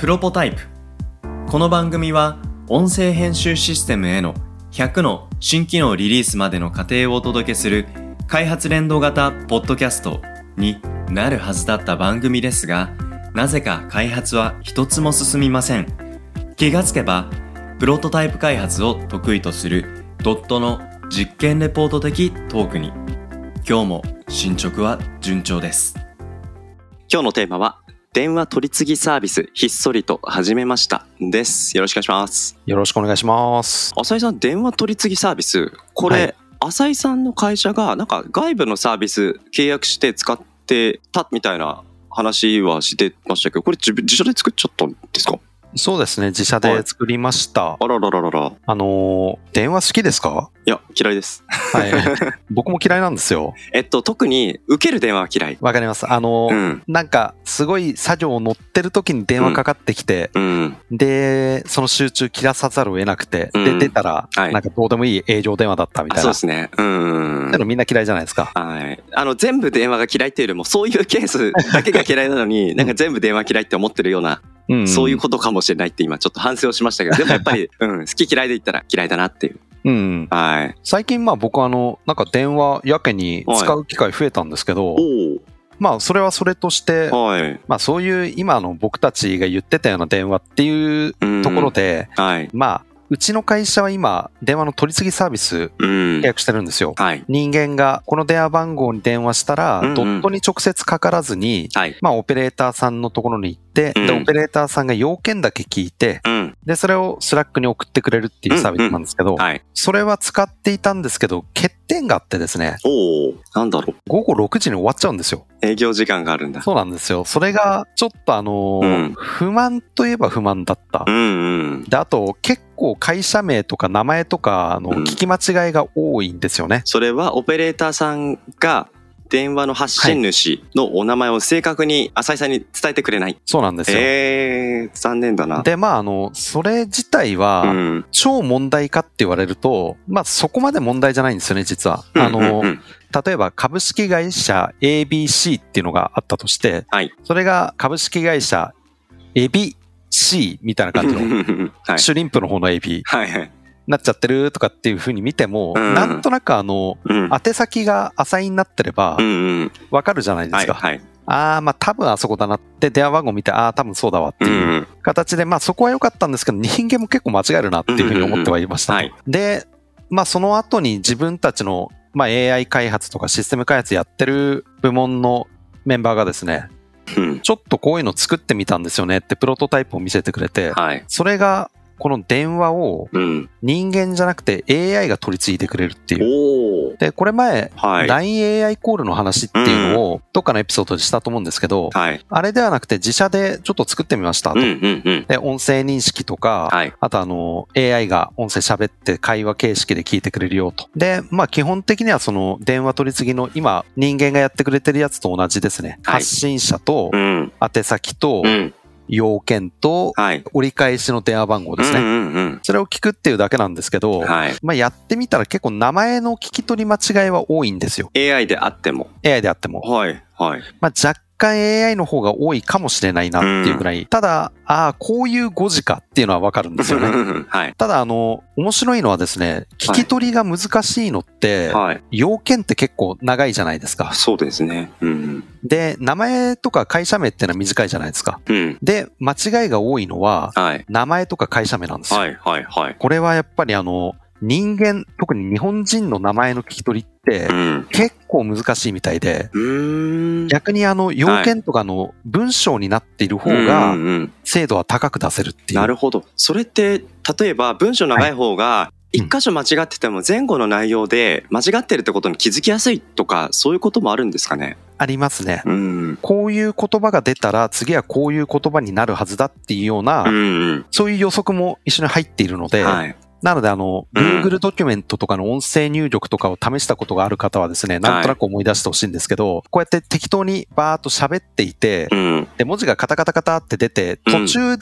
プロポタイプ。この番組は音声編集システムへの100の新機能リリースまでの過程をお届けする開発連動型ポッドキャストになるはずだった番組ですが、なぜか開発は一つも進みません。気がつけばプロトタイプ開発を得意とするドットの実験レポート的トークに、今日も進捗は順調です。 今日のテーマは電話取り次ぎサービスひっそりと始めましたです。よろしくお願いします。 よろしくお願いします。 浅井さん、電話取り次ぎサービス、これ、浅井さんの会社がなんか外部のサービス契約して使ってたみたいな話はしてましたけど、これ自社で作っちゃったんですか？ そうですね、自社で作りました。 あららららら。 電話好きですか？ いや、嫌いです。 はい。僕も嫌いなんですよ。 特に受ける電話は嫌い。 わかります。なんか、すごい作業を乗ってる時に電話かかってきて、で、その集中切らさざるを得なくて、で、出たら、なんかどうでもいい営業電話だったみたいな。 そうですね。そういうのみんな嫌いじゃないですか。 はい。全部電話が嫌いっていうよりも、そういうケースだけが嫌いなのに、なんか全部電話嫌いって思ってるような、そういうことかもしれないって今ちょっと反省をしましたけど、でもやっぱり、好き嫌いで言ったら嫌いだなっていう。はい。 最近僕なんか電話やけに使う機会増えたんですけど、それはそれとして、そういう今の僕たちが言ってたような電話っていうところで、うちの会社は今電話の取り次ぎサービス契約してるんですよ。人間がこの電話番号に電話したら、ドットに直接かからずに、オペレーターさんのところに行って、でオペレーターさんが要件だけ聞いて、でそれをスラックに送ってくれるっていうサービスなんですけど、それは使っていたんですけど、欠点があってですね。 なんだろう。 午後6時に終わっちゃうんですよ。 営業時間があるんだ。 そうなんですよ。それがちょっと不満といえば不満だった。で、あと結構会社名とか名前とか聞き間違いが多いんですよね。 それはオペレーターさんが電話の発信主のお名前を正確に浅井さんに伝えてくれない。 そうなんですよ。 残念だな。 で、それ自体は超問題かって言われると、そこまで問題じゃないんですよね、実は。例えば株式会社 ABC っていうのがあったとして、それが株式会社エビ C みたいな感じの、シュリンプの方のエビなっちゃってるとかっていう風に見ても、なんとなく宛先が浅いになってればわかるじゃないですか。多分あそこだなって電話番号見て、多分そうだわっていう形で、そこは良かったんですけど、人間も結構間違えるなっていう風に思ってはいました。で、その後に自分たちのAI 開発とかシステム開発やってる部門のメンバーがですね、ちょっとこういうの作ってみたんですよねってプロトタイプを見せてくれて、それがこの電話を人間じゃなくて AI が取り継いでくれるっていう。で、これ前、LINE AI コールの話っていうのをどっかのエピソードでしたと思うんですけど、あれではなくて自社でちょっと作ってみましたと。で、音声認識とか、あとAI が音声喋って会話形式で聞いてくれるよと。で、基本的にはその電話取り次ぎの今人間がやってくれてるやつと同じですね。発信者と宛先と、要件と折り返しの電話番号ですね。それを聞くっていうだけなんですけど、やってみたら結構名前の聞き取り間違いは多いんですよ。 AI であっても。 若干 AI の方が多いかもしれないなっていうぐらい。ただ、こういう誤字かっていうのはわかるんですよね。ただ、面白いのはですね、聞き取りが難しいのって、要件って結構長いじゃないですか。 そうですね。 で、名前とか会社名ってのは短いじゃないですか。で、間違いが多いのは、名前とか会社名なんですよ。これはやっぱり人間、特に日本人の名前の聞き取りって結構難しいみたいで、逆に要件とかの文章になっている方が精度は高く出せるっていう。 なるほど。それって例えば文章長い方が一箇所間違ってても前後の内容で間違ってるってことに気づきやすいとか、そういうこともあるんですかね？ ありますね。こういう言葉が出たら次はこういう言葉になるはずだっていうような、そういう予測も一緒に入っているので、なのでGoogle ドキュメントとかの音声入力とかを試したことがある方はですね、なんとなく思い出してほしいんですけど、こうやって適当にバーっと喋っていて、で、文字がカタカタカタって出て、途中で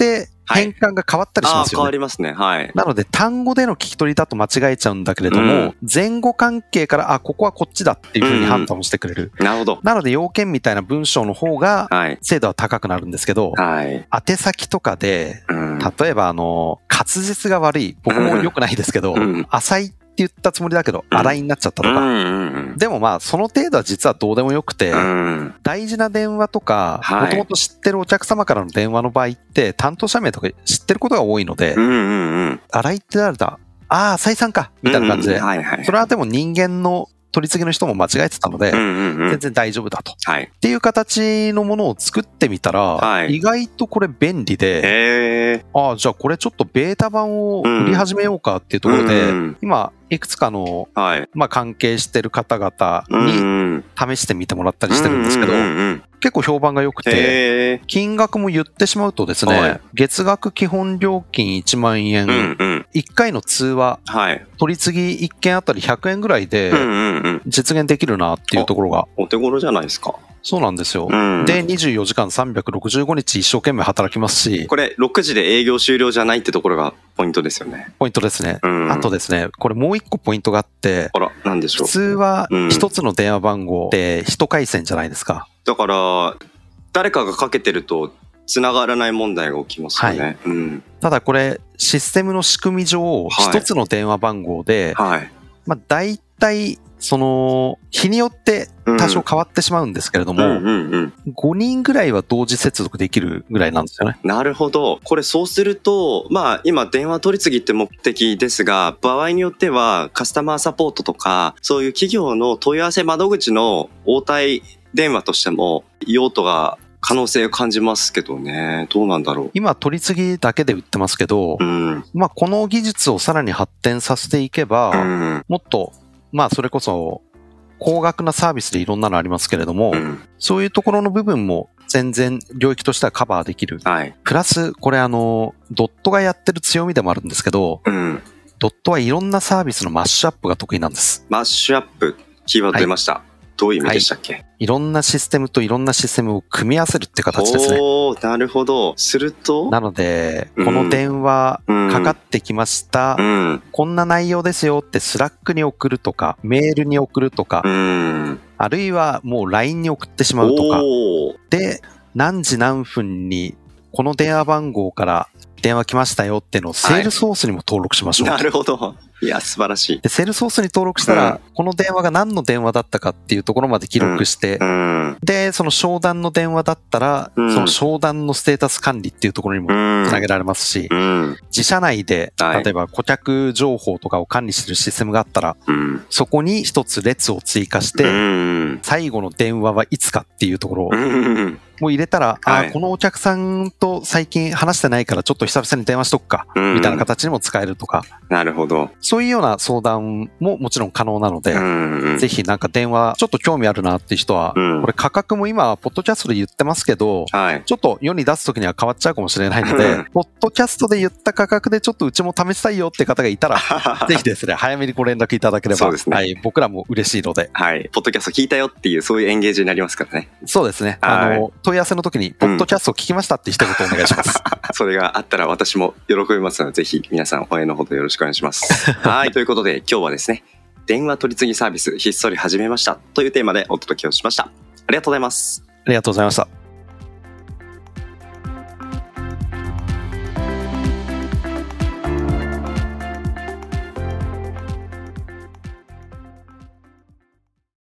変換が変わったりしますよね。 変わりますね。はい。 なので単語での聞き取りだと間違えちゃうんだけれども、前後関係からここはこっちだっていうふうに判断をしてくれる。 なるほど。 なので要件みたいな文章の方が精度は高くなるんですけど、宛先とかで、例えば滑舌が悪い、僕も良くないですけど、浅いって言ったつもりだけど、荒いになっちゃったとか。でもまあ、その程度は実はどうでもよくて、大事な電話とか、もともと知ってるお客様からの電話の場合って、担当者名とか知ってることが多いので、荒いって誰だ？浅井さんかみたいな感じで、それはでも人間の取り次ぎの人も間違えてたので、全然大丈夫だと。っていう形のものを作ってみたら、意外とこれ便利で、じゃあこれちょっとベータ版を売り始めようかっていうところで、今、いくつかの、関係してる方々に試してみてもらったりしてるんですけど、結構評判が良くて、金額も言ってしまうとですね、月額基本料金1万円、1回の通話、取り次ぎ1件あたり100円ぐらいで実現できるなっていうところが。 お手頃じゃないですか。 そうなんですよ。で、24時間365日一生懸命働きますし。 これ、6時で営業終了じゃないってところがポイントですよね。 ポイントですね。あとですね、これもう一個ポイントがあって、 何でしょう。 普通は一つの電話番号で一回線じゃないですか。 だから、誰かがかけてると繋がらない問題が起きますよね。 ただこれ、システムの仕組み上、一つの電話番号で、大体、日によって多少変わってしまうんですけれども、5人ぐらいは同時接続できるぐらいなんですよね。 なるほど。これそうすると、今電話取り次ぎって目的ですが、場合によってはカスタマーサポートとか、そういう企業の問い合わせ窓口の応対電話としても用途が可能性を感じますけどね。どうなんだろう。 今取り次ぎだけで売ってますけど、この技術をさらに発展させていけば、もっとそれこそ、高額なサービスでいろんなのありますけれども、そういうところの部分も全然領域としてはカバーできる。プラス、これドットがやってる強みでもあるんですけど、ドットはいろんなサービスのマッシュアップが得意なんです。 マッシュアップ、キーワード出ました。どういう意味でしたっけ？ いろんなシステムといろんなシステムを組み合わせるって形ですね。 なるほど。すると？ なので、この電話かかってきました。こんな内容ですよってスラックに送るとか、メールに送るとか、あるいはもう LINE に送ってしまうとか。で、何時何分にこの電話番号から電話来ましたよっていうのをセールソースにも登録しましょう。 なるほど。いや、素晴らしい。 で、セールソースに登録したら、この電話が何の電話だったかっていうところまで記録して、で、その商談の電話だったら、その商談のステータス管理っていうところにもつなげられますし、自社内で、例えば顧客情報とかを管理しているシステムがあったら、そこに一つ列を追加して、最後の電話はいつかっていうところを、もう入れたら、このお客さんと最近話してないからちょっと久々に電話しとくか、みたいな形にも使えるとか。 なるほど。 そういうような相談ももちろん可能なので、ぜひなんか電話ちょっと興味あるなっていう人は、これ価格も今、ポッドキャストで言ってますけど、ちょっと世に出すときには変わっちゃうかもしれないので、ポッドキャストで言った価格でちょっとうちも試したいよって方がいたら、ぜひですね、早めにご連絡いただければ、僕らも嬉しいので。 ポッドキャスト聞いたよっていう、そういうエンゲージになりますからね。 そうですね。問い合わせの時に、ポッドキャスト聞きましたって一言お願いします。 それがあったら私も喜びますので、ぜひ皆さん応援のほどよろしくお願いします。はい。ということで、今日はですね、電話取り次ぎサービスひっそり始めましたというテーマでお届けをしました。ありがとうございます。 ありがとうございました。